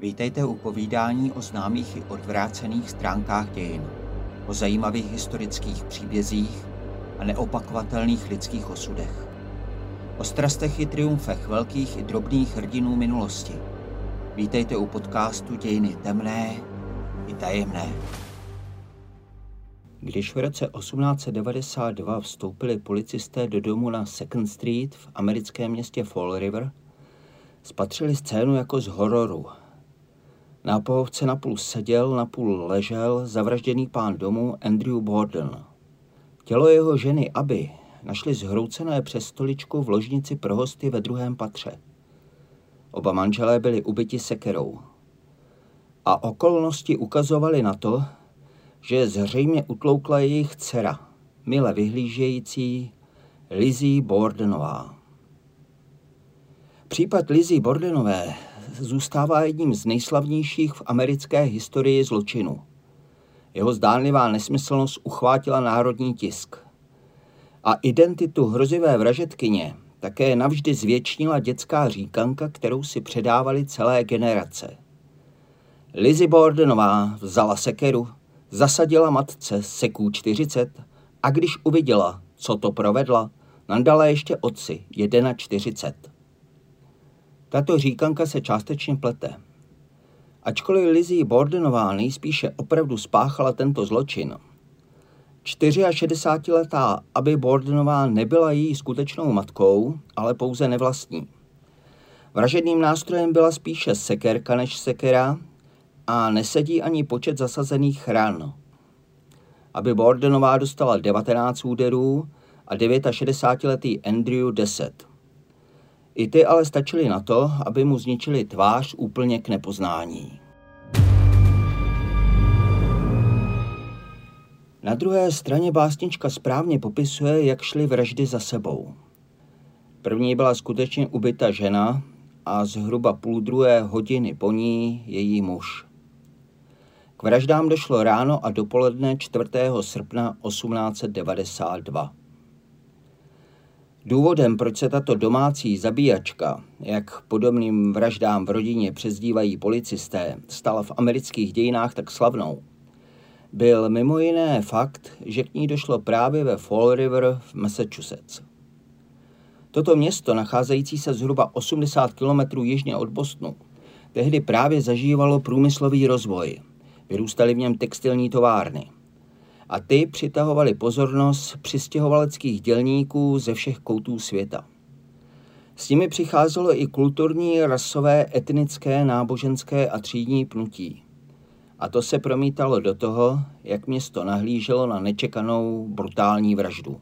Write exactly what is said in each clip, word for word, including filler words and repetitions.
Vítejte u povídání o známých i odvrácených stránkách dějin, o zajímavých historických příbězích a neopakovatelných lidských osudech. O strastech i triumfech velkých i drobných hrdinů minulosti. Vítejte u podcastu Dějiny temné i tajemné. Když v roce osmnáct set devadesát dva vstoupili policisté do domu na Second Street v americkém městě Fall River, spatřili scénu jako z hororu. Na pohovce napůl seděl, napůl ležel zavražděný pán domu Andrew Borden. Tělo jeho ženy Abby našli zhroucené přes stoličku v ložnici pro hosty ve druhém patře. Oba manželé byli ubiti sekerou. A okolnosti ukazovaly na to, že zřejmě utloukla jejich dcera, mile vyhlížející Lizzie Bordenová. Případ Lizzie Bordenové zůstává jedním z nejslavnějších v americké historii zločinu. Jeho zdánlivá nesmyslnost uchvátila národní tisk. A identitu hrozivé vražedkyně také navždy zvětšnila dětská říkanka, kterou si předávali celé generace. Lizzie Bordenová vzala sekeru, zasadila matce seků čtyřicet a když uviděla, co to provedla, nandala ještě otci čtyřicet jedna. Tato říkanka se částečně plete. Ačkoliv Lizzie Bordenová nejspíše opravdu spáchala tento zločin, šedesátičtyřletá Abby Bordenová nebyla její skutečnou matkou, ale pouze nevlastní. Vražedným nástrojem byla spíše sekerka než sekera a nesedí ani počet zasazených ran. Abby Bordenová dostala devatenáct úderů a šedesátidevítiletý Andrew deset. I ty ale stačily na to, aby mu zničili tvář úplně k nepoznání. Na druhé straně básnička správně popisuje, jak šly vraždy za sebou. První byla skutečně ubita žena a zhruba půl druhé hodiny po ní její muž. K vraždám došlo ráno a dopoledne čtvrtého srpna osmnáct set devadesát dva. Důvodem, proč se tato domácí zabíjačka, jak podobným vraždám v rodině přezdívají policisté, stala v amerických dějinách tak slavnou, byl mimo jiné fakt, že k ní došlo právě ve Fall River v Massachusetts. Toto město, nacházející se zhruba osmdesát kilometrů jižně od Bostonu, tehdy právě zažívalo průmyslový rozvoj. Vyrůstaly v něm textilní továrny. A ty přitahovaly pozornost přistěhovaleckých dělníků ze všech koutů světa. S nimi přicházelo i kulturní, rasové, etnické, náboženské a třídní pnutí. A to se promítalo do toho, jak město nahlíželo na nečekanou brutální vraždu.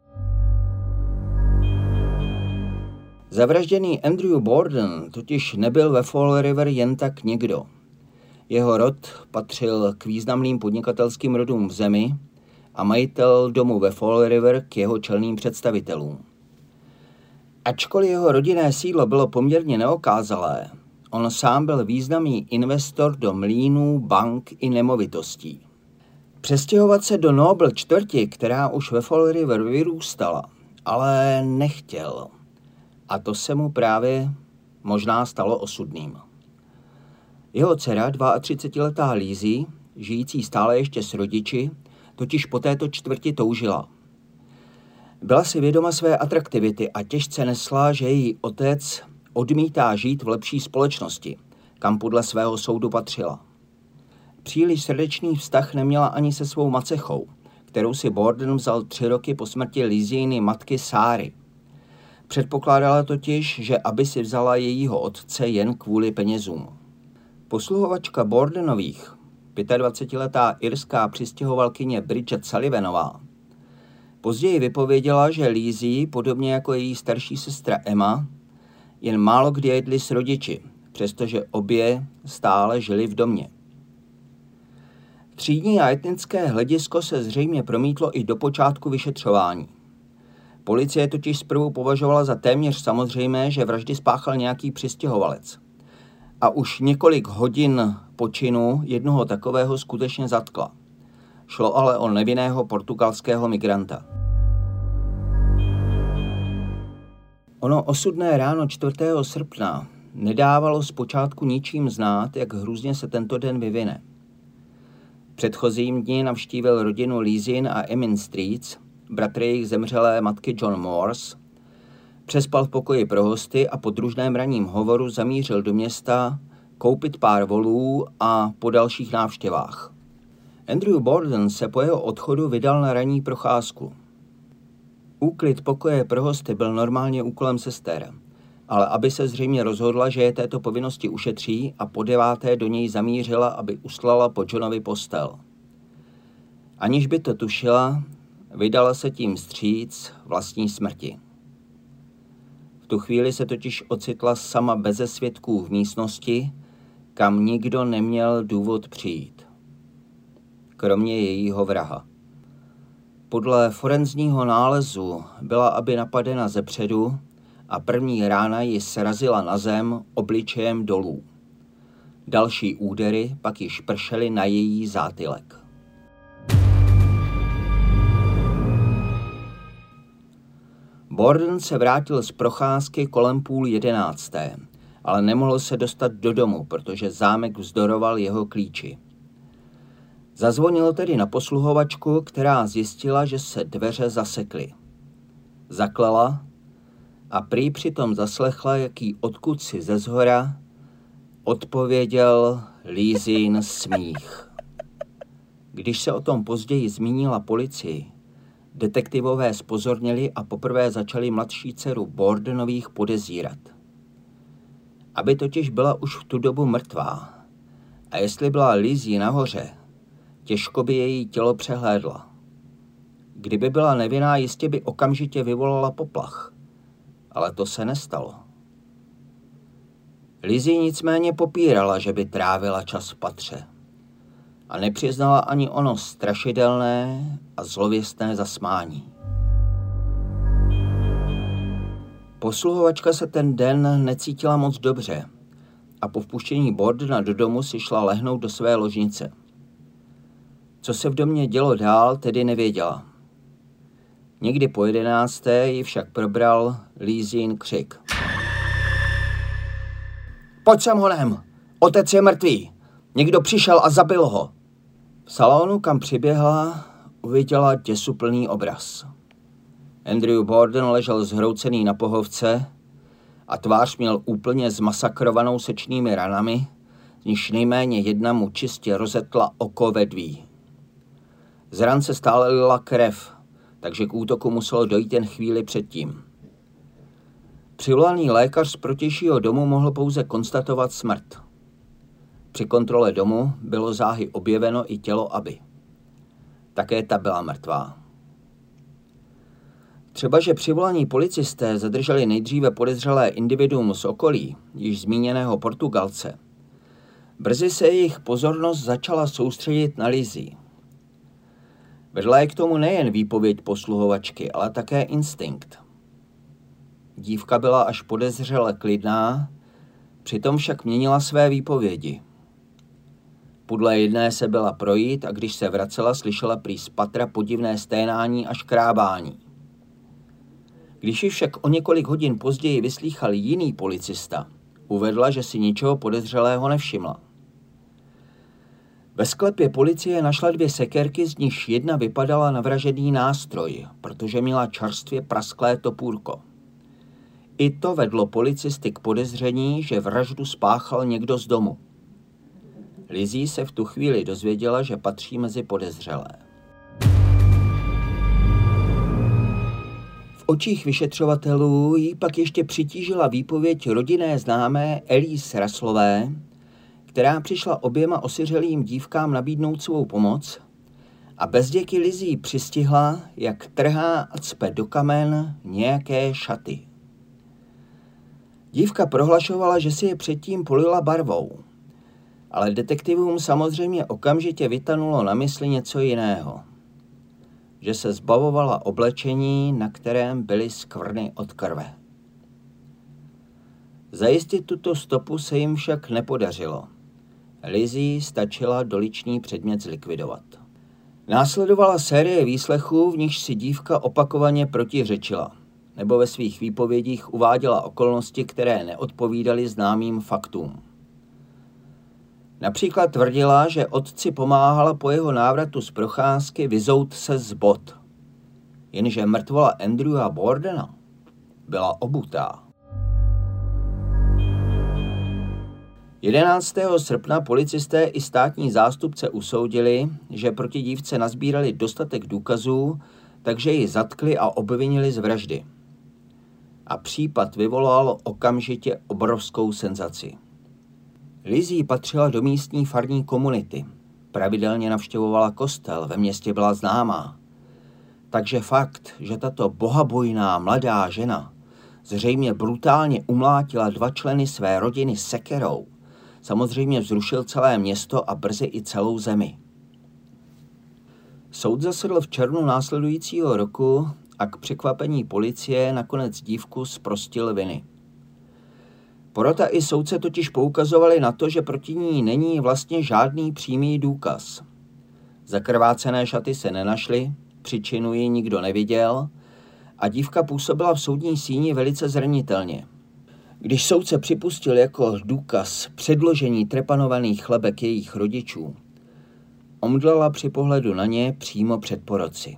Zavražděný Andrew Borden totiž nebyl ve Fall River jen tak někdo. Jeho rod patřil k významným podnikatelským rodům v zemi a majitel domu ve Fall River k jeho čelným představitelům. Ačkoliv jeho rodinné sídlo bylo poměrně neokázalé, on sám byl významný investor do mlýnů, bank i nemovitostí. Přestěhovat se do Noble čtvrti, která už ve Fall River vyrůstala, ale nechtěl. A to se mu právě možná stalo osudným. Jeho dcera, třicetiletá Lizzie, žijící stále ještě s rodiči, totiž po této čtvrti toužila. Byla si vědoma své atraktivity a těžce nesla, že její otec odmítá žít v lepší společnosti, kam podle svého soudu patřila. Příliš srdečný vztah neměla ani se svou macechou, kterou si Borden vzal tři roky po smrti Liziiny matky Sáry. Předpokládala totiž, že Abby si vzala jejího otce jen kvůli penězům. Posluhovačka Bordenových, dvacetiletá irská přistěhovalkyně Bridget Sullivanová, později vypověděla, že Lizzie, podobně jako její starší sestra Emma, jen málo kdy jedli s rodiči, přestože obě stále žili v domě. Třídní a etnické hledisko se zřejmě promítlo i do počátku vyšetřování. Policie totiž zprvu považovala za téměř samozřejmé, že vraždy spáchal nějaký přistěhovalec. A už několik hodin po činu jednoho takového skutečně zatkla. Šlo ale o nevinného portugalského migranta. Ono osudné ráno čtvrtého srpna nedávalo zpočátku ničím znát, jak hrůzně se tento den vyvine. V předchozím dni navštívil rodinu Lizzie a Emin Streets, bratry jejich zemřelé matky John Morse, přespal v pokoji pro hosty a po družném ranním hovoru zamířil do města koupit pár volů a po dalších návštěvách. Andrew Borden se po jeho odchodu vydal na ranní procházku. Úklid pokoje pro hosty byl normálně úkolem sester, ale aby se zřejmě rozhodla, že je této povinnosti ušetří a po deváté do něj zamířila, aby uslala po Johnovi postel. Aniž by to tušila, vydala se tím vstříc vlastní smrti. V tu chvíli se totiž ocitla sama beze svědků v místnosti, kam nikdo neměl důvod přijít. Kromě jejího vraha. Podle forenzního nálezu byla aby napadena zepředu a první rána ji srazila na zem obličejem dolů. Další údery pak již pršely na její zátylek. Borden se vrátil z procházky kolem půl jedenácté, ale nemohl se dostat do domu, protože zámek vzdoroval jeho klíči. Zazvonil tedy na posluhovačku, která zjistila, že se dveře zasekly. Zaklela a prý přitom zaslechla, jaký odkud si ze zhora odpověděl Lizzien smích. Když se o tom později zmínila policii, detektivové zpozorněli a poprvé začali mladší dceru Bordenových podezírat. Aby totiž byla už v tu dobu mrtvá a jestli byla Lizzie nahoře, těžko by její tělo přehlédla. Kdyby byla nevinná, jistě by okamžitě vyvolala poplach, ale to se nestalo. Lizzie nicméně popírala, že by trávila čas v patře a nepřiznala ani ono strašidelné a zlověstné zasmání. Posluhovačka se ten den necítila moc dobře a po vpuštění Bordena do domu si šla lehnout do své ložnice. Co se v domě dělo dál, tedy nevěděla. Někdy po jedenácté ji však probral Lizzien křik. Pojď sem honem! Otec je mrtvý! Někdo přišel a zabil ho! V salonu, kam přiběhla, uviděla děsuplný obraz. Andrew Borden ležel zhroucený na pohovce a tvář měl úplně zmasakrovanou sečnými ranami, z níž nejméně jedna mu čistě rozetla oko vedví. Z ran se stále lila krev, takže k útoku muselo dojít jen chvíli předtím. Přivolaný lékař z protějšího domu mohl pouze konstatovat smrt. Při kontrole domu bylo záhy objeveno i tělo Abby. Také ta byla mrtvá. Třeba, že přivolaní policisté zadrželi nejdříve podezřelé individuum z okolí, již zmíněného Portugalce, brzy se jejich pozornost začala soustředit na Lizzie. Vedla je k tomu nejen výpověď posluhovačky, ale také instinkt. Dívka byla až podezřele klidná, přitom však měnila své výpovědi. Podle jedné se byla projít a když se vracela, slyšela prý z patra podivné sténání a škrábání. Když ji však o několik hodin později vyslýchal jiný policista, uvedla, že si ničeho podezřelého nevšimla. Ve sklepě policie našla dvě sekerky, z nichž jedna vypadala na vražedný nástroj, protože měla čerstvě prasklé topůrko. I to vedlo policisty k podezření, že vraždu spáchal někdo z domu. Lizzie se v tu chvíli dozvěděla, že patří mezi podezřelé. V očích vyšetřovatelů jí pak ještě přitížila výpověď rodinné známé Alice Russellové, která přišla oběma osiřelým dívkám nabídnout svou pomoc a bezděky Lizzie přistihla, jak trhá a cpe do kamen nějaké šaty. Dívka prohlašovala, že si je předtím polila barvou, ale detektivům samozřejmě okamžitě vytanulo na mysli něco jiného. Že se zbavovala oblečení, na kterém byly skvrny od krve. Zajistit tuto stopu se jim však nepodařilo. Lizzie stačila doliční předmět zlikvidovat. Následovala série výslechů, v nichž si dívka opakovaně protiřečila. nebo ve svých výpovědích uváděla okolnosti, které neodpovídaly známým faktům. Například tvrdila, že otci pomáhala po jeho návratu z procházky vyzout se z bot, jenže mrtvola Andrewa Bordena byla obutá. jedenáctého srpna policisté i státní zástupce usoudili, že proti dívce nazbírali dostatek důkazů, takže ji zatkli a obvinili z vraždy. A případ vyvolal okamžitě obrovskou senzaci. Lizzie patřila do místní farní komunity. Pravidelně navštěvovala kostel, ve městě byla známá. Takže fakt, že tato bohabojná mladá žena zřejmě brutálně umlátila dva členy své rodiny sekerou, samozřejmě vzrušil celé město a brzy i celou zemi. Soud zasedl v červnu následujícího roku a k překvapení policie nakonec dívku zprostil viny. Porota i soudce totiž poukazovali na to, že proti ní není vlastně žádný přímý důkaz. Zakrvácené šaty se nenašly, příčinu ji nikdo neviděl a dívka působila v soudní síni velice zranitelně. Když soudce připustil jako důkaz předložení trepanovaných chlebek jejich rodičů, omdlela při pohledu na ně přímo před porotci.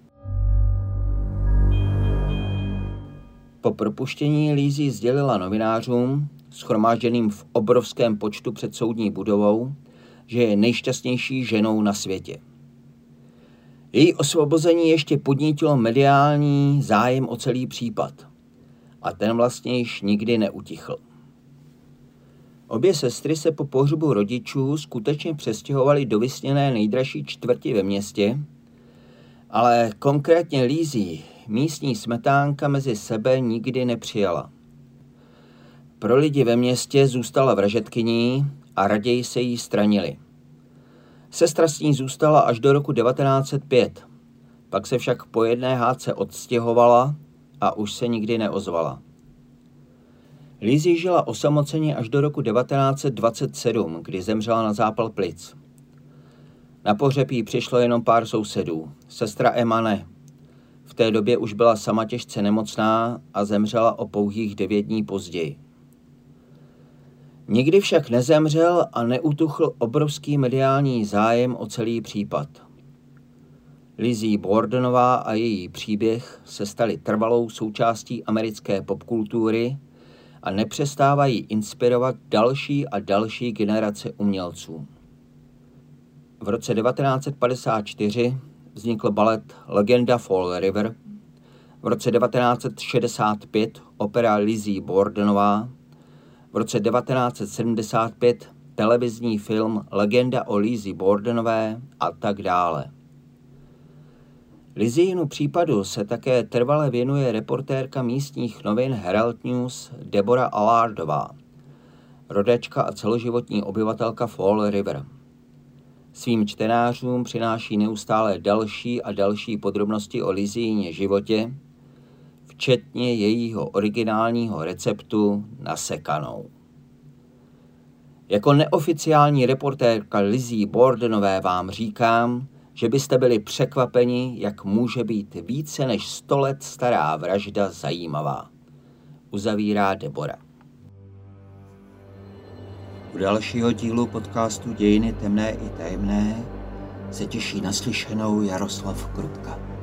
Po propuštění Lizzie sdělila novinářům, shromážděným v obrovském počtu před soudní budovou, že je nejšťastnější ženou na světě. Její osvobození ještě podnítilo mediální zájem o celý případ a ten vlastně již nikdy neutichl. Obě sestry se po pohřbu rodičů skutečně přestěhovaly do vysněné nejdražší čtvrti ve městě, ale konkrétně Lizzie místní smetánka mezi sebe nikdy nepřijala. Pro lidi ve městě zůstala vražedkyní a raději se jí stranili. Sestra s ní zůstala až do roku devatenáct set pět, pak se však po jedné hádce odstěhovala a už se nikdy neozvala. Lizzie žila osamoceně až do roku devatenáct set dvacet sedm, kdy zemřela na zápal plic. Na pohřeb jí přišlo jenom pár sousedů, sestra Emma ne. V té době už byla sama těžce nemocná a zemřela o pouhých devět dní později. Nikdy však nezemřel a neutuchl obrovský mediální zájem o celý případ. Lizzie Bordenová a její příběh se staly trvalou součástí americké popkultury a nepřestávají inspirovat další a další generace umělců. V roce devatenáct set padesát čtyři vznikl balet Legenda Fall River, v roce devatenáct set šedesát pět opera Lizzie Bordenová, v roce devatenáct set sedmdesát pět televizní film Legenda o Lizzie Bordenové a tak dále. Lizziinu případu se také trvale věnuje reportérka místních novin Herald News Deborah Allardová, rodačka a celoživotní obyvatelka Fall River. Svým čtenářům přináší neustále další a další podrobnosti o Lizziině životě, včetně jejího originálního receptu na sekanou. Jako neoficiální reportérka Lizzie Bordenové vám říkám, že byste byli překvapeni, jak může být více než sto let stará vražda zajímavá. Uzavírá Deborah. U dalšího dílu podcastu Dějiny temné i tajemné se těší naslyšenou Jaroslav Krupka.